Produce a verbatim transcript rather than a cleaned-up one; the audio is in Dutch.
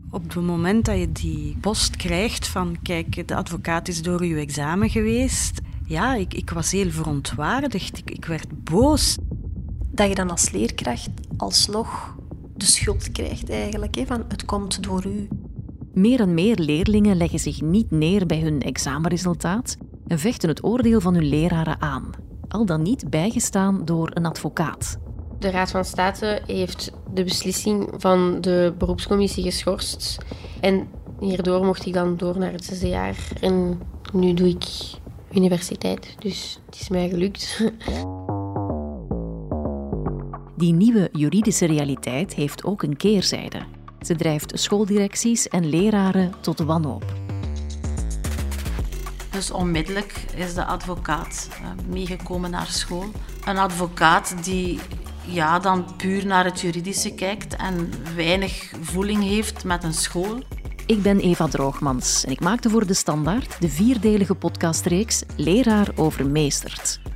Op het moment dat je die post krijgt van kijk, de advocaat is door uw examen geweest, ja, ik, ik was heel verontwaardigd, ik, ik werd boos. Dat je dan als leerkracht alsnog de schuld krijgt eigenlijk, hè, van het komt door u. Meer en meer leerlingen leggen zich niet neer bij hun examenresultaat en vechten het oordeel van hun leraren aan, al dan niet bijgestaan door een advocaat. De Raad van State heeft de beslissing van de beroepscommissie geschorst. En hierdoor mocht ik dan door naar het zesde jaar. En nu doe ik universiteit, dus het is mij gelukt. Die nieuwe juridische realiteit heeft ook een keerzijde. Ze drijft schooldirecties en leraren tot wanhoop. Dus onmiddellijk is de advocaat meegekomen naar school. Een advocaat die ja, dan puur naar het juridische kijkt en weinig voeling heeft met een school. Ik ben Eva Droogmans en ik maakte voor De Standaard de vierdelige podcastreeks Leraar Overmeesterd.